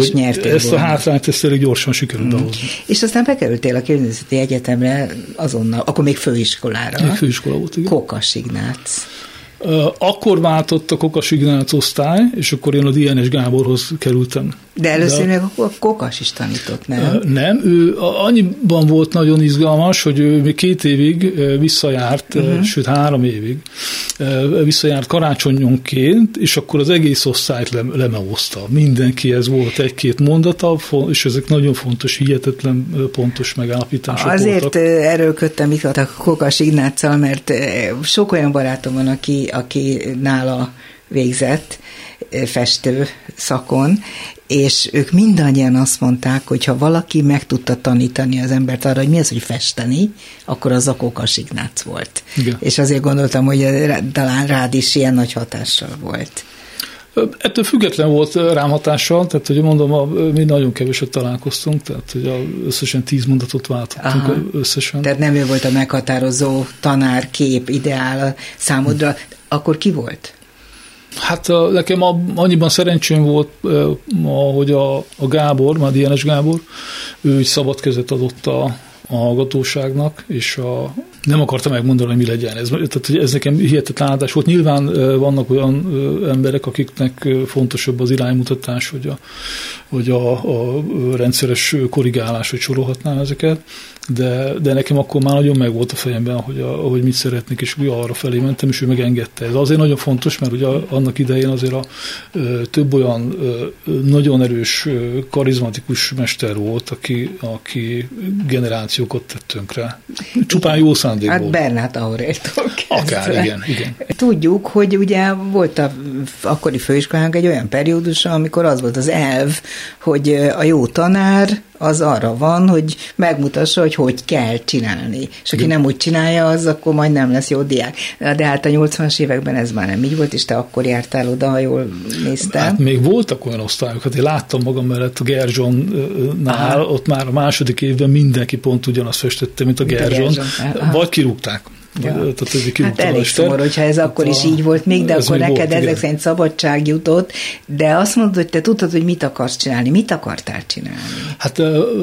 ezt volna. A hátrányt ezt elég gyorsan sikerült behozni. És aztán bekerültél a Környezeti Egyetemre azonnal, akkor még főiskolára. Még főiskola volt, igen. Kokas Ignác. Akkor váltott a Kokas Ignác osztály, és akkor én a Dienes Gáborhoz kerültem. De először még a Kokas is tanított, nem? Nem, ő annyiban volt nagyon izgalmas, hogy ő még 2 évig visszajárt, sőt 3 évig visszajárt karácsonyonként, és akkor az egész osztályt lemeoszta. Mindenkihez volt 1-2 mondata, és ezek nagyon fontos, hihetetlen pontos megállapítások Azért voltak. Azért erőlködtem itt a Kokas Ignáccal, mert sok olyan barátom van, aki nála végzett festő szakon, és ők mindannyian azt mondták, hogy ha valaki meg tudta tanítani az embert arra, hogy mi az, hogy festeni, akkor az a Kokas Ignác volt. Igen. És azért gondoltam, hogy talán rád is ilyen nagy hatással volt. Ettől független volt rám hatással, tehát hogy mondom, mi nagyon keveset találkoztunk, tehát hogy összesen 10 mondatot váltottunk összesen. Tehát nem ő volt a meghatározó tanár, kép, ideál számodra. Akkor ki volt? Hát nekem annyiban szerencsém volt, hogy a Gábor, már Dienes Gábor, ő egy szabad kezet adott a hallgatóságnak, és nem akarta megmondani, hogy mi legyen. Tehát ez nekem hihetetlen áldás volt. Nyilván vannak olyan emberek, akiknek fontosabb az iránymutatás, hogy a rendszeres korrigálás, hogy sorolhatnám ezeket, de nekem akkor már nagyon meg volt a fejemben, hogy mit szeretnék, és arra felé mentem, és ő megengedte. Ez azért nagyon fontos, mert ugye annak idején azért több olyan nagyon erős, karizmatikus mester volt, aki generációkat tett tönkre. Csupán jó szándékból. Hát Bernát Auréltól kezdve. Akár, igen. Tudjuk, hogy ugye volt a akkori főiskolának egy olyan periódusa, amikor az volt az elv, hogy a jó tanár az arra van, hogy megmutassa, hogy kell csinálni. És aki nem úgy csinálja, az akkor majd nem lesz jó diák. De hát a 80-as években ez már nem így volt, és te akkor jártál oda, ha jól néztem. Hát még voltak olyan osztályok, hát én láttam magam mellett a Gerzsonnál, ott már a második évben mindenki pont ugyanazt festette, mint a Gerzson. Vagy kirúgták. Ja. Hát elég szomorú, hogyha ez akkor is így volt még, de akkor neked volt, ezek szerint szabadság jutott, de azt mondod, hogy te tudtad, hogy mit akarsz csinálni. Mit akartál csinálni? Hát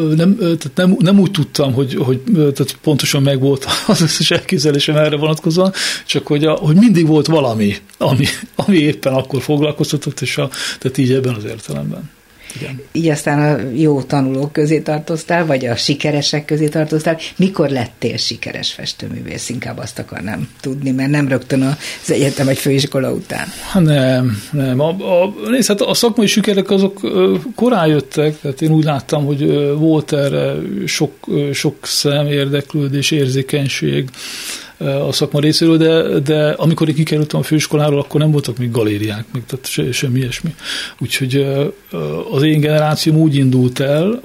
nem úgy tudtam, hogy tehát pontosan megvolt az összes elképzelésem erre vonatkozóan, csak hogy mindig volt valami, ami éppen akkor foglalkoztatott, és tehát így ebben az értelemben. Igen. Így aztán a jó tanulók közé tartoztál, vagy a sikeresek közé tartoztál. Mikor lettél sikeres festőművész? Inkább azt akarnám tudni, mert nem rögtön az egyetem vagy főiskola után. Nem. Hát a szakmai sikerek azok korán jöttek, tehát én úgy láttam, hogy volt erre sok szemérdeklődés, érzékenység a szakma részéről, de amikor én kikerültem a főiskoláról, akkor nem voltak még galériák, meg tehát semmi ilyesmi. Úgyhogy az én generációm úgy indult el,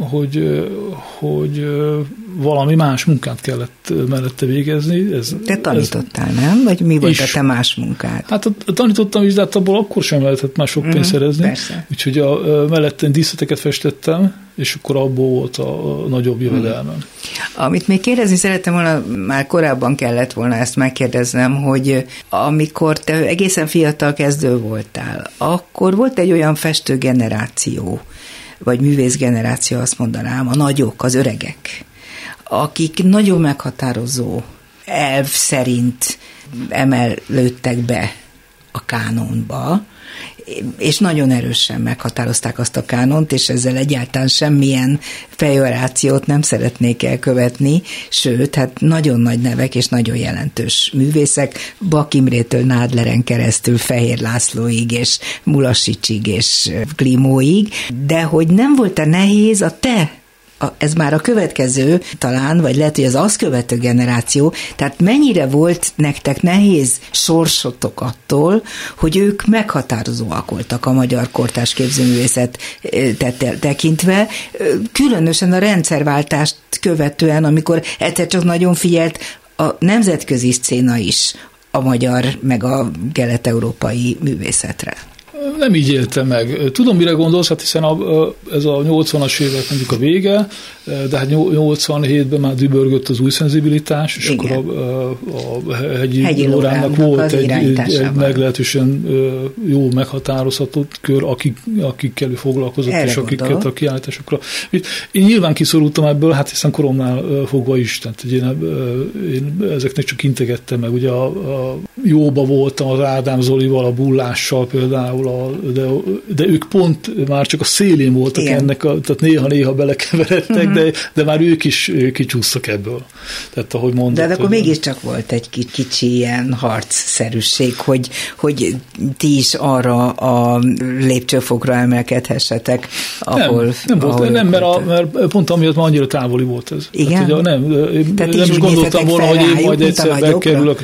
hogy valami más munkát kellett mellette végezni. Te tanítottál, nem? Vagy mi volt a te más munkád? Hát tanítottam is, de hát abból akkor sem lehetett már sok pénzt szerezni. Persze. Úgyhogy mellette díszleteket festettem, és akkor abból volt a nagyobb jövedelmem. Amit még kérdezni szerettem volna, már korábban kellett volna ezt megkérdeznem, hogy amikor te egészen fiatal kezdő voltál, akkor volt egy olyan festőgeneráció, vagy művészgeneráció, azt mondanám, a nagyok, az öregek, akik nagyon meghatározó elv szerint emelődtek be a kánonba, és nagyon erősen meghatározták azt a kánont, és ezzel egyáltalán semmilyen pejorációt nem szeretnék elkövetni, sőt, hát nagyon nagy nevek és nagyon jelentős művészek, Bak Imrétől Nádleren keresztül Fehér Lászlóig és Mulasicsig és Klimóig, de hogy nem volt-e nehéz a te, ez már a következő talán, vagy lehet, hogy az azt követő generáció, tehát mennyire volt nektek nehéz sorsotok attól, hogy ők meghatározóak voltak a magyar kortárs képzőművészet tekintve, különösen a rendszerváltást követően, amikor egyszer csak nagyon figyelt a nemzetközi szcéna is a magyar, meg a kelet-európai művészetre. Nem így éltem meg. Tudom, mire gondolsz, hát hiszen ez a 80-as évek mondjuk a vége, de hát 87-ben már dübörgött az új szenzibilitás, és igen. Akkor a Hegyi Lórának volt egy meglehetősen jó meghatározhatott kör, akikkel foglalkozott, erre és akiket a kiállításokra. Én nyilván kiszorultam ebből, hát hiszen koromnál fogva is, tehát én ezeknek csak integettem meg. Ugye jóba voltam az Ádám Zolival, a Bullással például, de ők pont már csak a szélén voltak. Igen. Ennek, tehát néha belekeveredtek, de már ők is kicsúsztak ebből. Tehát, ahogy mondod, de akkor mégiscsak volt egy kicsi ilyen harcszerűség, hogy ti is arra a lépcsőfokra emelkedhessetek, ahol... Nem, mert pont amiatt már annyira távoli volt ez. Igen? Tehát, nem is gondoltam volna, hogy én majd egyszer bekerülök.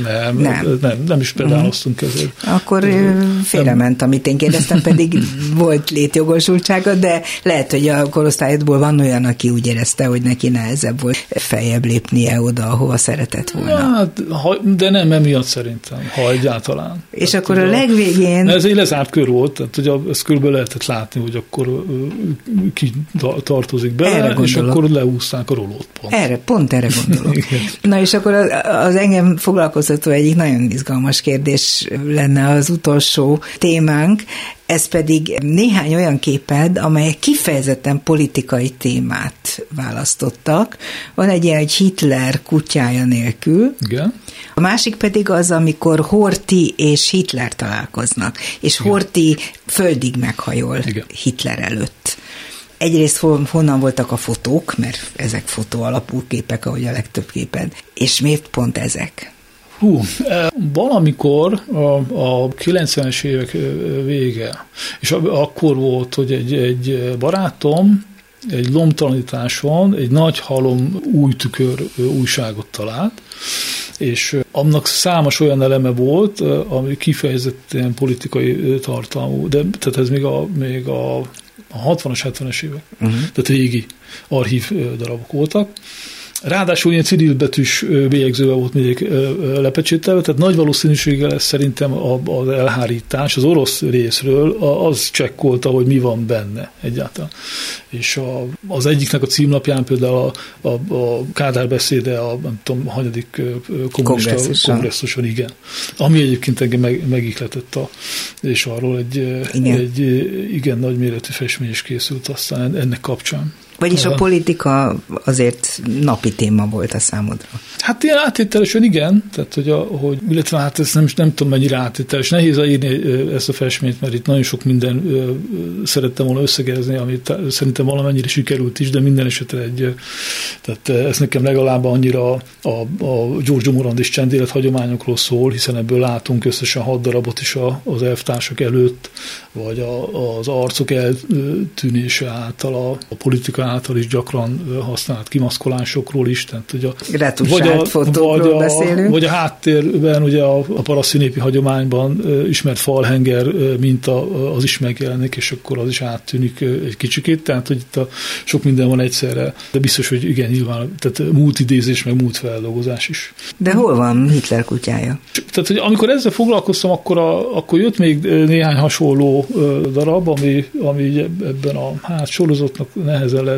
Nem is pedáloztunk ezért. Akkor félrement, amit én kérdeztem, pedig volt létjogosultsága, de lehet, hogy a korosztályodból van olyan, aki úgy érezte, hogy neki nehezebb volt feljebb lépnie oda, ahova szeretett volna. Hát, de nem emiatt szerintem, ha egyáltalán. És tehát, akkor a legvégén... Ez egy lezárt kör volt, tehát hogy ezt körülbelül lehetett látni, hogy akkor ki tartozik bele, és akkor leúzták a rolót. Pont erre gondolok. Na és akkor az engem foglalkoztató egyik nagyon izgalmas kérdés lenne az utolsó témánk, ez pedig néhány olyan képed, amelyek kifejezetten politikai témát választottak. Van egy ilyen, hogy Hitler kutyája nélkül. Igen. A másik pedig az, amikor Horthy és Hitler találkoznak, és igen. Horthy földig meghajol igen. Hitler előtt. Egyrészt honnan voltak a fotók, mert ezek fotó alapú képek, ahogy a legtöbb képed, és miért pont ezek? Valamikor a 90-es évek vége, és akkor volt, hogy egy barátom egy lomtalanításon egy nagy halom új tükör újságot talált, és annak számos olyan eleme volt, ami kifejezetten politikai tartalmú, de tehát ez még a 60-as, 70-es évek, tehát régi archív darabok voltak. Ráadásul ilyen cirilbetűs bélyegzővel volt mindig lepecsételve, tehát nagy valószínűséggel ez szerintem az elhárítás az orosz részről az csekkolta, hogy mi van benne egyáltalán. És az egyiknek a címlapján például a Kádár beszéde a nem tudom, hanyadik kommunista kongresszuson, igen. Ami egyébként engem megihletett, és arról egy igen nagy méretű festmény is készült aztán ennek kapcsán. Vagyis a politika azért napi téma volt a számodra. Hát ilyen áttételesen igen, tehát illetve hát ezt nem tudom mennyire áttételes. Nehéz írni ezt a festményt, mert itt nagyon sok minden szerettem volna összegezni, amit szerintem valamennyire sikerült is, de minden esetre tehát ez nekem legalább annyira a Giorgio Morandi csendélet hagyományokról szól, hiszen ebből látunk összesen 6 darabot is az elvtársak előtt, vagy az arcok eltűnése által, a politika által is gyakran használt kimaszkolásokról is. Tehát, retusált fotókról beszélünk. Vagy a háttérben ugye a paraszti népi hagyományban ismert falhenger minta az is megjelenik, és akkor az is áttűnik egy kicsikét, tehát hogy itt sok minden van egyszerre, de biztos, hogy igen, nyilván, tehát múltidézés, meg múltfeldolgozás is. De hol van Hitler kutyája? Tehát, hogy amikor ezzel foglalkoztam, akkor jött még néhány hasonló darab, ami ebben a sorozatnak nehezen lehet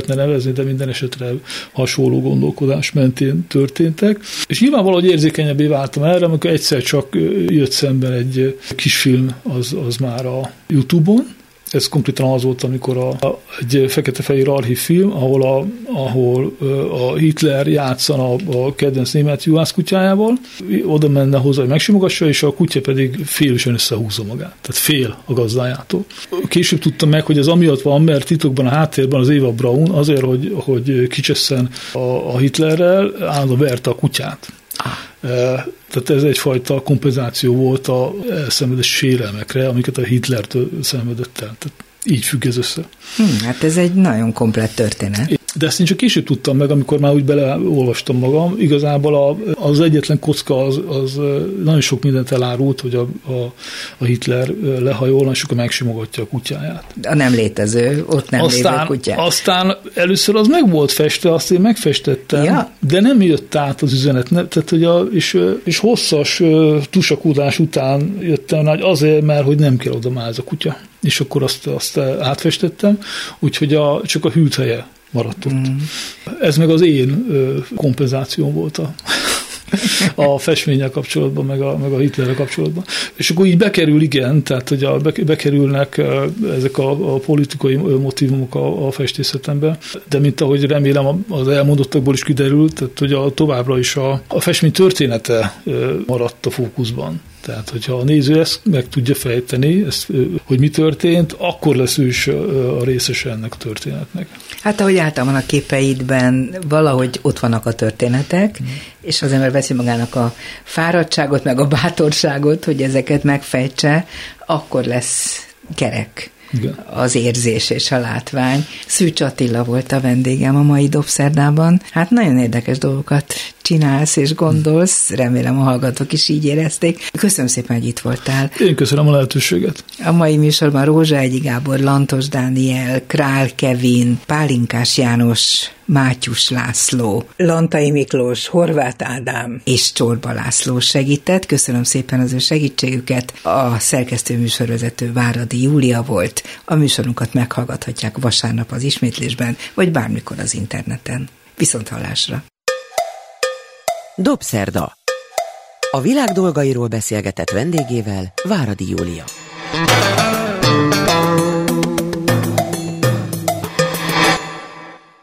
lehetne nevezni, de minden esetre hasonló gondolkodás mentén történtek. És nyilván valahogy érzékenyebbé váltam erre, amikor egyszer csak jött szemben egy kisfilm, az már a YouTube-on. Ez konkrétan az volt, amikor egy fekete-fehér archívfilm, ahol a Hitler játszana a kedvenc német juhászkutyájával, oda menne hozzá, hogy megsimogassa, és a kutya pedig félusan összehúzza magát. Tehát fél a gazdájától. Később tudtam meg, hogy ez amiatt van, mert titokban a háttérben az Eva Braun azért, hogy kicsesszen a Hitlerrel, állandóan verte a kutyát. Tehát ez egyfajta kompenzáció volt a elszenvedett sérelmekre, amiket a Hitlertől szenvedett el. Tehát így függ ez össze. Hát ez egy nagyon komplett történet. De ezt én csak később tudtam meg, amikor már úgy beleolvastam magam. Igazából az egyetlen kocka az nagyon sok mindent elárult, hogy a Hitler lehajolna, és akkor megsimogatja a kutyáját. A nem létező, ott nem lévő kutyát. Aztán először az meg volt festve, azt én megfestettem, ja. De nem jött át az üzenet. Tehát, hogy és hosszas tusakodás után jöttem, hogy azért, mert hogy nem kell oda már ez a kutya. És akkor azt átfestettem, úgyhogy csak a hűlt helye maradt ott. Ez meg az én kompenzációm volt a festménnyel kapcsolatban, meg a Hitlerrel kapcsolatban. És akkor így bekerül, igen, tehát hogy bekerülnek ezek a politikai motívumok a festészetembe, de mint ahogy remélem az elmondottakból is kiderült, tehát hogy továbbra is a festmény története maradt a fókuszban. Tehát, hogyha a néző ezt meg tudja fejteni, hogy mi történt, akkor lesz ő is a részese ennek a történetnek. Hát ahogy általában a képeidben valahogy ott vannak a történetek, és az ember veszi magának a fáradtságot, meg a bátorságot, hogy ezeket megfejtse, akkor lesz kerek. Igen. Az érzés és a látvány. Szűcs Attila volt a vendégem a mai Dobszerdában. Hát nagyon érdekes dolgokat csinálsz és gondolsz, remélem a hallgatók is így érezték. Köszönöm szépen, hogy itt voltál. Én köszönöm a lehetőséget. A mai műsorban Rózsa Egyi Gábor, Lantos Dániel, Král Kevin, Pálinkás János, Mátyus László, Lantai Miklós, Horváth Ádám és Csorba László segített. Köszönöm szépen az ő segítségüket. A szerkesztő műsorvezető Váradi Júlia volt. A műsorunkat meghallgathatják vasárnap az ismétlésben, vagy bármikor az interneten. Viszonthallásra! Dobszerda. A világ dolgairól beszélgetett vendégével Váradi Júlia.